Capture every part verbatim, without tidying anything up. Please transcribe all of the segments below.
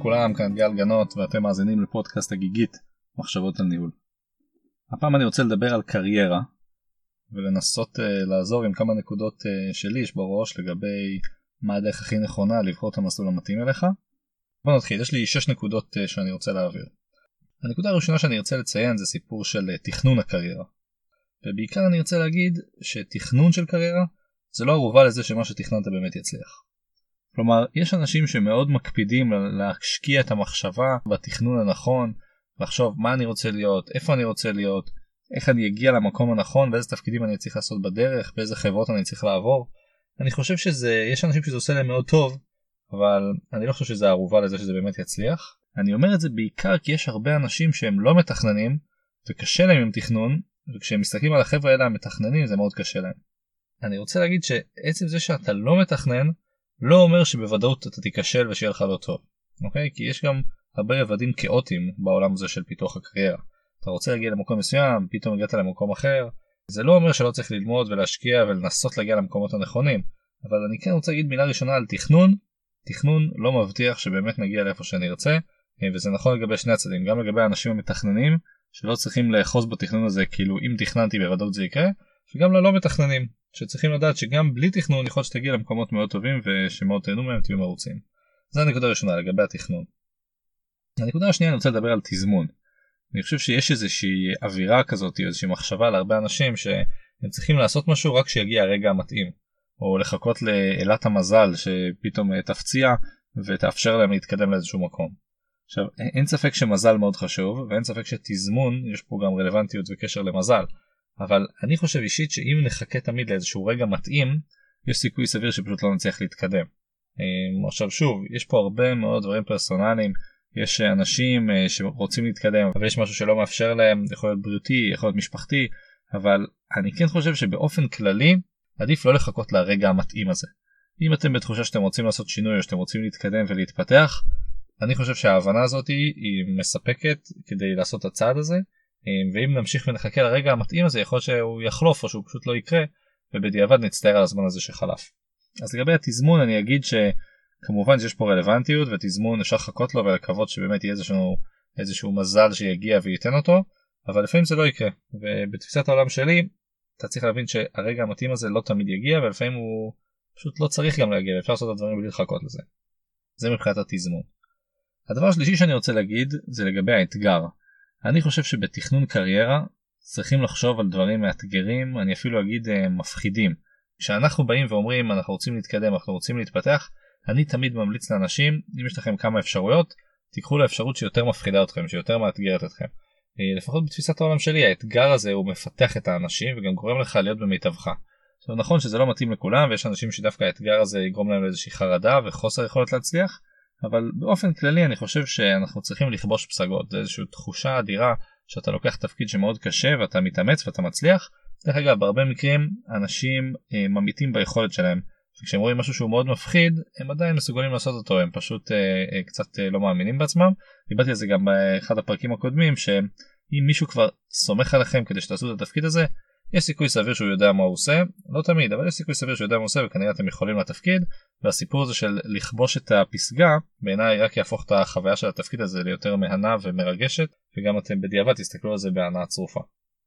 לכולם, כאן גל גנות ואתם מאזינים לפודקאסט הגיגית מחשבות על ניהול. הפעם אני רוצה לדבר על קריירה ולנסות uh, לעזור עם כמה נקודות uh, שלי יש בראש לגבי מה הדרך הכי נכונה לבחור את המסלול המתאים אליך. בוא נתחיל, יש לי שש נקודות uh, שאני רוצה להעביר. הנקודה הראשונה שאני ארצה לציין זה סיפור של uh, תכנון הקריירה. ובעיקר אני ארצה להגיד שתכנון של קריירה זה לא ערובה לזה שמה שתכננת באמת יצליח. כלומר, יש אנשים שמאוד מקפידים להשקיע את המחשבה בתכנון הנכון, לחשוב מה אני רוצה להיות, איפה אני רוצה להיות, איך אני אגיע למקום הנכון, ואיזה תפקידים אני צריך לעשות בדרך, באיזה חברות אני צריך לעבור. אני חושב שזה, יש אנשים שזה עושה להם מאוד טוב, אבל אני לא חושב שזה ערובה לזה שזה באמת יצליח. אני אומר את זה בעיקר כי יש הרבה אנשים שהם לא מתכננים, וקשה להם עם תכנון, וכשהם מסתכלים על החבר'ה האלה המתכננים זה מאוד קשה להם. אני רוצה להגיד שעצם זה שאתה לא מתכנן, לא אומר שבוודאות אתה תיכשל ושיהיה לך לא טוב, אוקיי? כי יש גם הרבה רבדים כאוטיים בעולם הזה של פיתוח הקריירה. אתה רוצה להגיע למקום מסוים, פתאום הגעת למקום אחר. זה לא אומר שלא צריך ללמוד ולהשקיע ולנסות להגיע למקומות הנכונים, אבל אני כן רוצה להגיד מילה ראשונה על תכנון. תכנון לא מבטיח שבאמת נגיע לאיפה שאני ארצה, וזה נכון לגבי שני הצדדים, גם לגבי האנשים המתכננים שלא צריכים לאחוז בתכנון הזה כאילו אם תכננתי בוודאות זה יקרה, וגם ללא מתכננים שצריכים לדעת שגם בלי תכנון יכול שתגיע למקומות מאוד טובים ושמאוד תהנו מהם תהיו מרוצים. זו הנקודה הראשונה לגבי התכנון. הנקודה השנייה אני רוצה לדבר על תזמון. אני חושב שיש איזושהי אווירה כזאת או איזושהי מחשבה להרבה אנשים שהם צריכים לעשות משהו רק שיגיע הרגע המתאים, או לחכות לאלת המזל שפתאום תפציע ותאפשר להם להתקדם לאיזשהו מקום. עכשיו אין ספק שמזל מאוד חשוב ואין ספק שתזמון יש פה גם רלוונטיות וקשר למזל, אבל אני חושב אישית שאם נחכה תמיד לאיזשהו רגע מתאים יש סיכוי סביר שפשוט לא נצליח להתקדם. עכשיו שוב, יש פה הרבה מאוד דברים פרסונליים, יש אנשים שרוצים להתקדם אבל יש משהו שלא מאפשר להם, יכול להיות בריאותי, יכול להיות משפחתי, אבל אני כן חושב שבאופן כללי עדיף לא לחכות לרגע המתאים הזה. אם אתם בתחושה שאתם רוצים לעשות שינוי או שאתם רוצים להתקדם ולהתפתח, אני חושב שההבנה הזאת היא מספקת כדי לעשות את הצעד הזה, ואם נמשיך ונחכה לרגע המתאים הזה יכול להיות שהוא יחלוף או שהוא פשוט לא יקרה ובדיעבד נצטער על הזמן הזה שחלף. אז לגבי התזמון אני אגיד שכמובן שיש פה רלוונטיות ותזמון אפשר לחכות לו ולקוות שבאמת יהיה איזשהו, איזשהו מזל שיגיע וייתן אותו, אבל לפעמים זה לא יקרה, ובתפיסת העולם שלי אתה צריך להבין שהרגע המתאים הזה לא תמיד יגיע ולפעמים הוא פשוט לא צריך גם להגיע, אפשר לעשות את הדברים בלי לחכות לזה. זה מבחינת התזמון. הדבר השלישי שאני רוצה להגיד זה לגבי האתגר. אני חושב שבתכנון קריירה צריכים לחשוב על דברים מאתגרים, אני אפילו אגיד מפחידים. כשאנחנו באים ואומרים אנחנו רוצים להתקדם, אנחנו רוצים להתפתח, אני תמיד ממליץ לאנשים, אם יש לכם כמה אפשרויות, תיקחו לאפשרות שיותר מפחידה אתכם, שיותר מאתגרת אתכם. לפחות בתפיסת העולם שלי, האתגר הזה הוא מפתח את האנשים וגם גורם לך להיות במיטבך. עכשיו נכון שזה לא מתאים לכולם, ויש אנשים שדווקא האתגר הזה יגרום להם לאיזושהי חרדה וחוסר יכולת להצליח, אבל באופן כללי אני חושב שאנחנו צריכים לכבוש פסגות. זה איזושהי תחושה אדירה שאתה לוקח תפקיד שמאוד קשה ואתה מתאמץ ואתה מצליח. דרך אגב, בהרבה מקרים אנשים אה, ממיתים ביכולת שלהם, וכשהם רואים משהו שהוא מאוד מפחיד הם עדיין מסוגלים לעשות אותו, הם פשוט אה, אה, קצת אה, לא מאמינים בעצמם. דיברתי על זה גם באחד הפרקים הקודמים, שאם מישהו כבר סומך עליכם כדי שתעשו את התפקיד הזה, יש סיכוי סביר שהוא יודע מה הוא עושה, לא תמיד, אבל יש סיכוי סביר שהוא יודע מה הוא עושה וכנראה אתם יכולים לתפקיד, והסיפור הזה של לכבוש את הפסגה בעיניי רק יהפוך את החוויה של התפקיד הזה ליותר מהנה ומרגשת, וגם אתם בדיעבד תסתכלו על זה בהנאה צרופה.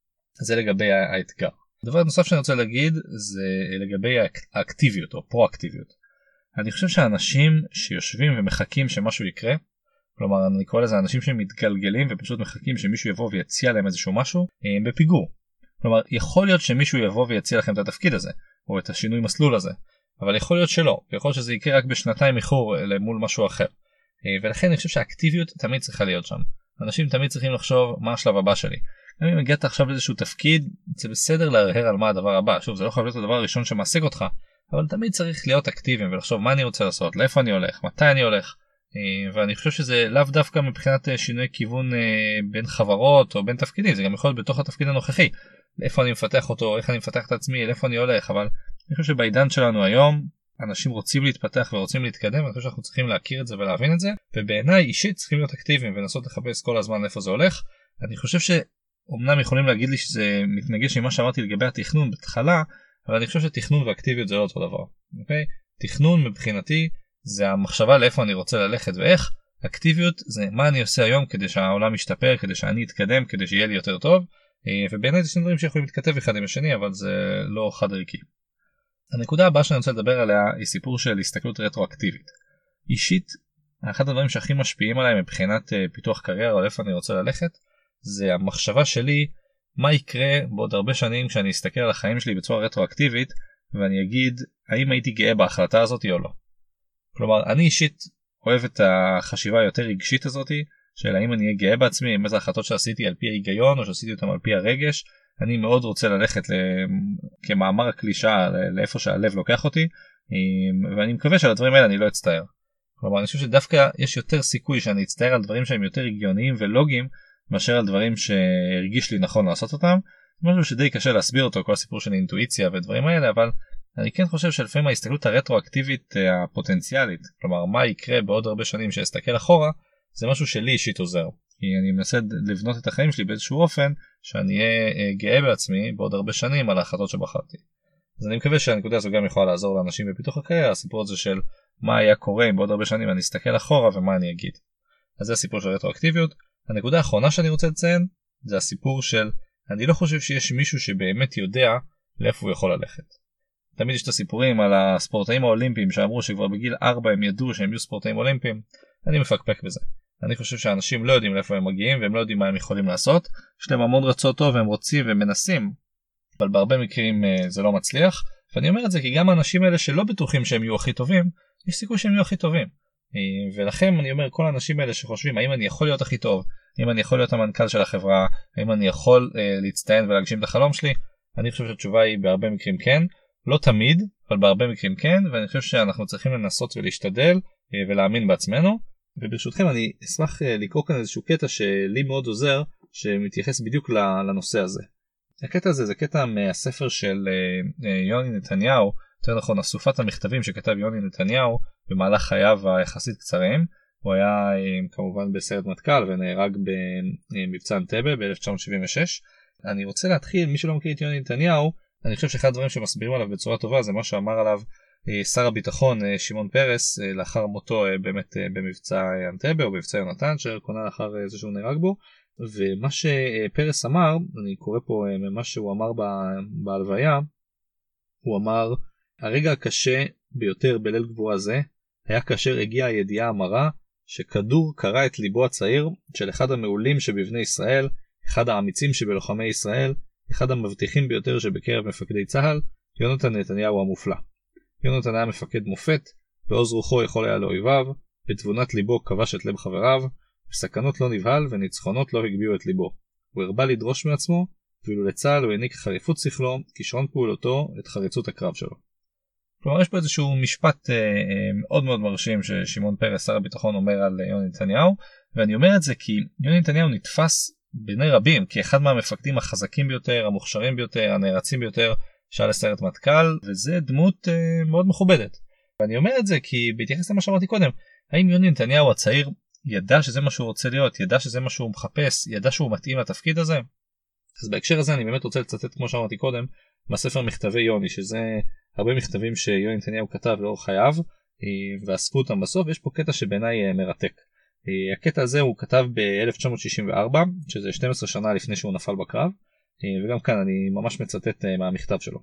זה לגבי האתגר. דבר נוסף שאני רוצה להגיד זה לגבי האקטיביות או פרואקטיביות. אני חושב שאנשים שיושבים ומחכים שמשהו יקרה, כלומר אני קורא לזה אנשים שמתגלגלים ופשוט מחכים שמישהו יבוא ויציע להם איזשהו משהו, הם בפיגור. כלומר, יכול להיות שמישהו יבוא ויציע לכם את התפקיד הזה, או את השינוי מסלול הזה, אבל יכול להיות שלא, יכול להיות שזה יקרה רק בשנתיים איחור למול משהו אחר. ולכן אני חושב שהאקטיביות תמיד צריכה להיות שם. אנשים תמיד צריכים לחשוב מה השלב הבא שלי. גם אם הגעת עכשיו לאיזשהו תפקיד, זה בסדר להרהר על מה הדבר הבא. שוב, זה לא חייב להיות הדבר הראשון שמעסיק אותך, אבל תמיד צריך להיות אקטיביים ולחשוב מה אני רוצה לעשות, לאיפה אני הולך, מתי אני הולך. ואני חושב שזה לאו דווקא מבחינת שינוי כיוון בין חברות או בין תפקידים, זה גם יכול להיות בתוך התפקיד הנוכחי. לאיפה אני מפתח אותו, איך אני מפתח את עצמי, לאיפה אני הולך, אבל אני חושב שבעידן שלנו היום אנשים רוצים להתפתח ורוצים להתקדם, ואני חושב שאנחנו צריכים להכיר את זה ולהבין את זה, ובעיניי אישית צריכים להיות אקטיביים ולנסות לחפש כל הזמן איפה זה הולך. אני חושב שאומנם יכולים להגיד לי שזה מתנגש עם מה שאמרתי לגבי התכנון בתחילה, אבל אני חושב שתכנון ואקטיביות זה לא אותו דבר, אוקיי? תכנון מבחינתי זה המחשבה לאיפה אני רוצה ללכת ואיך, אקטיביות זה מה אני עושה היום כדי שהעולם ישתפר, כדי שאני אתקדם, כדי שיהיה לי יותר טוב, ובעיניי זה שני דברים שיכולים להתכתב אחד עם השני, אבל זה לא חד ערכי. הנקודה הבאה שאני רוצה לדבר עליה היא סיפור של הסתכלות רטרואקטיבית. אישית, אחד הדברים שהכי משפיעים עליי מבחינת פיתוח קריירה או איפה אני רוצה ללכת, זה המחשבה שלי מה יקרה בעוד הרבה שנים כשאני אסתכל על החיים שלי בצורה רטרואקטיבית, ואני אגיד האם הייתי גאה בהחלטה הזאת או לא. כלומר, אני אישית אוהב את החשיבה היותר רגשית הזאת, של האם אני אהיה גאה בעצמי, עם איזה החלטות שעשיתי על פי ההיגיון או שעשיתי אותם על פי הרגש. אני מאוד רוצה ללכת ל... כמאמר הקלישה לאיפה שהלב לוקח אותי, ואני מקווה שעל הדברים האלה אני לא אצטער. כלומר, אני חושב שדווקא יש יותר סיכוי שאני אצטער על דברים שהם יותר הגיוניים ולוגיים, מאשר על דברים שהרגיש לי נכון לעשות אותם. זה משהו שדי קשה להסביר אותו, כל הסיפור של אינטואיציה ודברים האלה, אבל אני כן חושב שלפעמים ההסתכלות הרטרואקטיבית הפוטנציאלית, כלומר מה יקרה בעוד הרבה שנים שאסתכל אחורה, זה משהו שלי אישית עוזר. כי אני מנסה לבנות את החיים שלי באיזשהו אופן שאני אהיה גאה בעצמי בעוד הרבה שנים על ההחלטות שבחרתי. אז אני מקווה שהנקודה הזו גם יכולה לעזור לאנשים בפיתוח הקריירה, הסיפור הזה של מה היה קורה אם בעוד הרבה שנים אני אסתכל אחורה ומה אני אגיד. אז זה הסיפור של רטרואקטיביות. הנקודה האחרונה שאני רוצה לציין זה הסיפור של אני לא חושב שיש מישהו שבאמת יודע לאיפה הוא יכול ללכת. תמיד יש את הסיפורים על הספורטאים האולימפיים שאמרו שכבר בגיל ארבע הם ידעו שהם יהיו ספורטאים אולימפיים. אני מפקפק בזה. אני חושב שאנשים לא יודעים לאיפה הם מגיעים והם לא יודעים מה הם יכולים לעשות. יש להם המון רצון טוב והם רוצים ומנסים, אבל בהרבה מקרים זה לא מצליח. ואני אומר את זה כי גם האנשים האלה שלא בטוחים שהם יהיו הכי טובים, יש סיכוי שהם יהיו הכי טובים. ולכן אני אומר, כל האנשים האלה שחושבים האם אני יכול להיות הכי טוב, האם אני יכול להיות המנכ"ל של החברה, האם אני יכול אה, להצטיין ולהגשים את החלום שלי, אני חושב שהתשובה היא בהרבה מקרים כן, לא תמיד, אבל בהרבה מקרים כן, ואני חושב שאנחנו צריכים לנסות ולהשתדל אה, ולהאמין בעצמנו. וברשותכם אני אשמח אה, לקרוא כאן איזשהו קטע שלי מאוד עוזר, שמתייחס בדיוק לנושא הזה. הקטע הזה זה קטע מהספר של אה, אה, יוני נתניהו, יותר נכון אסופת המכתבים שכתב יוני נתניהו במהלך חייו היחסית קצרים. הוא היה כמובן בסיירת מטכ"ל ונהרג במבצע אנטבה ב-אלף תשע מאות שבעים ושש. אני רוצה להתחיל, מי שלא מכיר את יוני נתניהו, אני חושב שאחד הדברים שמסבירים עליו בצורה טובה זה מה שאמר עליו שר הביטחון שמעון פרס לאחר מותו באמת במבצע אנטבה או במבצע יונתן שקונה לאחר זה שהוא נהרג בו. ומה שפרס אמר, אני קורא פה ממה שהוא אמר בהלוויה, הוא אמר, הרגע הקשה ביותר בליל גבורה זה היה כאשר הגיעה הידיעה המרה שכדור קרע את ליבו הצעיר של אחד המעולים שבבני ישראל, אחד האמיצים שבלוחמי ישראל, אחד המבטיחים ביותר שבקרב מפקדי צה"ל, יונתן נתניהו המופלא. יונתן היה מפקד מופת, בעוז רוחו יכול היה לאויביו, בתבונת ליבו כבש את לב חבריו, בסכנות לא נבהל וניצחונות לא הגביעו את ליבו. הוא הרבה לדרוש מעצמו, ואילו לצה"ל הוא העניק חריפות שכלו, כישרון פעולתו, את חריצות הקרב שלו. כלומר יש פה איזשהו משפט אה, אה, מאוד מאוד מרשים ששמעון פרס שר הביטחון אומר על יוני נתניהו, ואני אומר את זה כי יוני נתניהו נתפס בעיני רבים כאחד מהמפקדים החזקים ביותר, המוכשרים ביותר, הנערצים ביותר שהיה לסיירת מטכ"ל, וזה דמות אה, מאוד מכובדת. ואני אומר את זה כי בהתייחס למה שאמרתי קודם, האם יוני נתניהו הצעיר ידע שזה מה שהוא רוצה להיות, ידע שזה מה שהוא מחפש, ידע שהוא מתאים לתפקיד הזה? אז בהקשר הזה אני באמת רוצה לצטט כמו שאמרתי קודם מהספר מכתבי יוני, שזה הרבה מכתבים שיוני נתניהו כתב לאורך חייו ואספו אותם בסוף. יש פה קטע שבעיניי מרתק. הקטע הזה הוא כתב ב-אלף תשע מאות שישים וארבע, שזה שתים עשרה שנה לפני שהוא נפל בקרב, וגם כאן אני ממש מצטט מהמכתב שלו.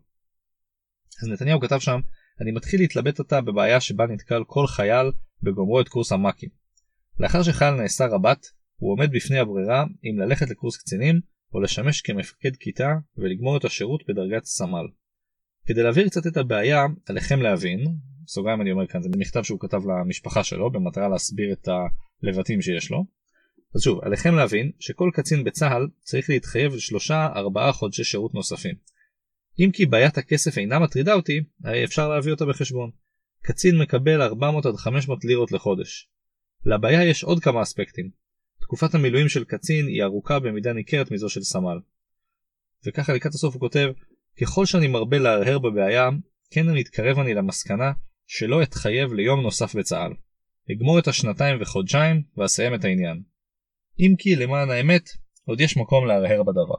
אז נתניהו כתב שם, אני מתחיל להתלבט אותה בבעיה שבה נתקל כל חייל בגומרו את קורס המ"כים. לאחר שחייל נעשה רב"ט, הוא עומד בפני הברירה אם ללכת לקורס קצינים או לשמש כמפקד כיתה ולגמור את השירות בדרגת סמל. כדי להעביר קצת את הבעיה, עליכם להבין, סוגריים אני אומר כאן, זה מכתב שהוא כתב למשפחה שלו במטרה להסביר את הלבטים שיש לו. אז שוב, עליכם להבין שכל קצין בצה"ל צריך להתחייב לשלושה ארבעה חודשי שירות נוספים. אם כי בעיית הכסף אינה מטרידה אותי, הרי אפשר להביא אותה בחשבון. קצין מקבל ארבע מאות עד חמש מאות לירות לחודש. לבעיה יש עוד כמה אספקטים. תקופת המילואים של קצין היא ארוכה במידה ניכרת מזו של סמל. וככה לקראת הסוף הוא כותב, ככל שאני מרבה להרהר בבעיה, כן אני אתקרב אני למסקנה שלא אתחייב ליום נוסף בצה"ל. אגמור את השנתיים וחודשיים ואסיים את העניין. אם כי למען האמת, עוד יש מקום להרהר בדבר.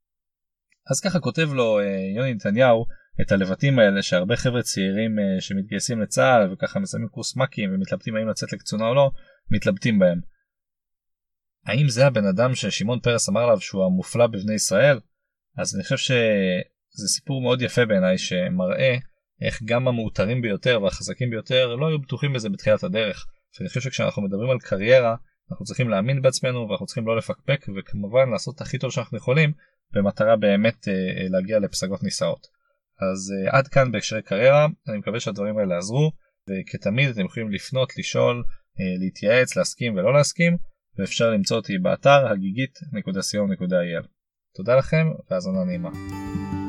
אז ככה כותב לו יוני נתניהו את הלבטים האלה שהרבה חבר'ה צעירים שמתגייסים לצה"ל וככה מסיימים קורס מ"כים ומתלבטים האם לצאת לקצונה או לא, מתלבטים בהם. האם זה הבן אדם ששמעון פרס אמר עליו שהוא המופלא בבני ישראל? אז אני חושב שזה סיפור מאוד יפה בעיניי, שמראה איך גם המאותרים ביותר והחזקים ביותר לא היו בטוחים בזה בתחילת הדרך. ואני חושב שכשאנחנו מדברים על קריירה, אנחנו צריכים להאמין בעצמנו ואנחנו צריכים לא לפקפק, וכמובן לעשות הכי טוב שאנחנו יכולים במטרה באמת להגיע לפסגות נישאות. אז עד כאן בהקשרי קריירה, אני מקווה שהדברים האלה יעזרו, וכתמיד אתם יכולים לפנות, לשאול, להתייעץ, להסכים ולא להסכים, ואפשר למצוא אותי באתר הגיגית נקודה סי או נקודה איי אל. תודה לכם והאזנה נעימה.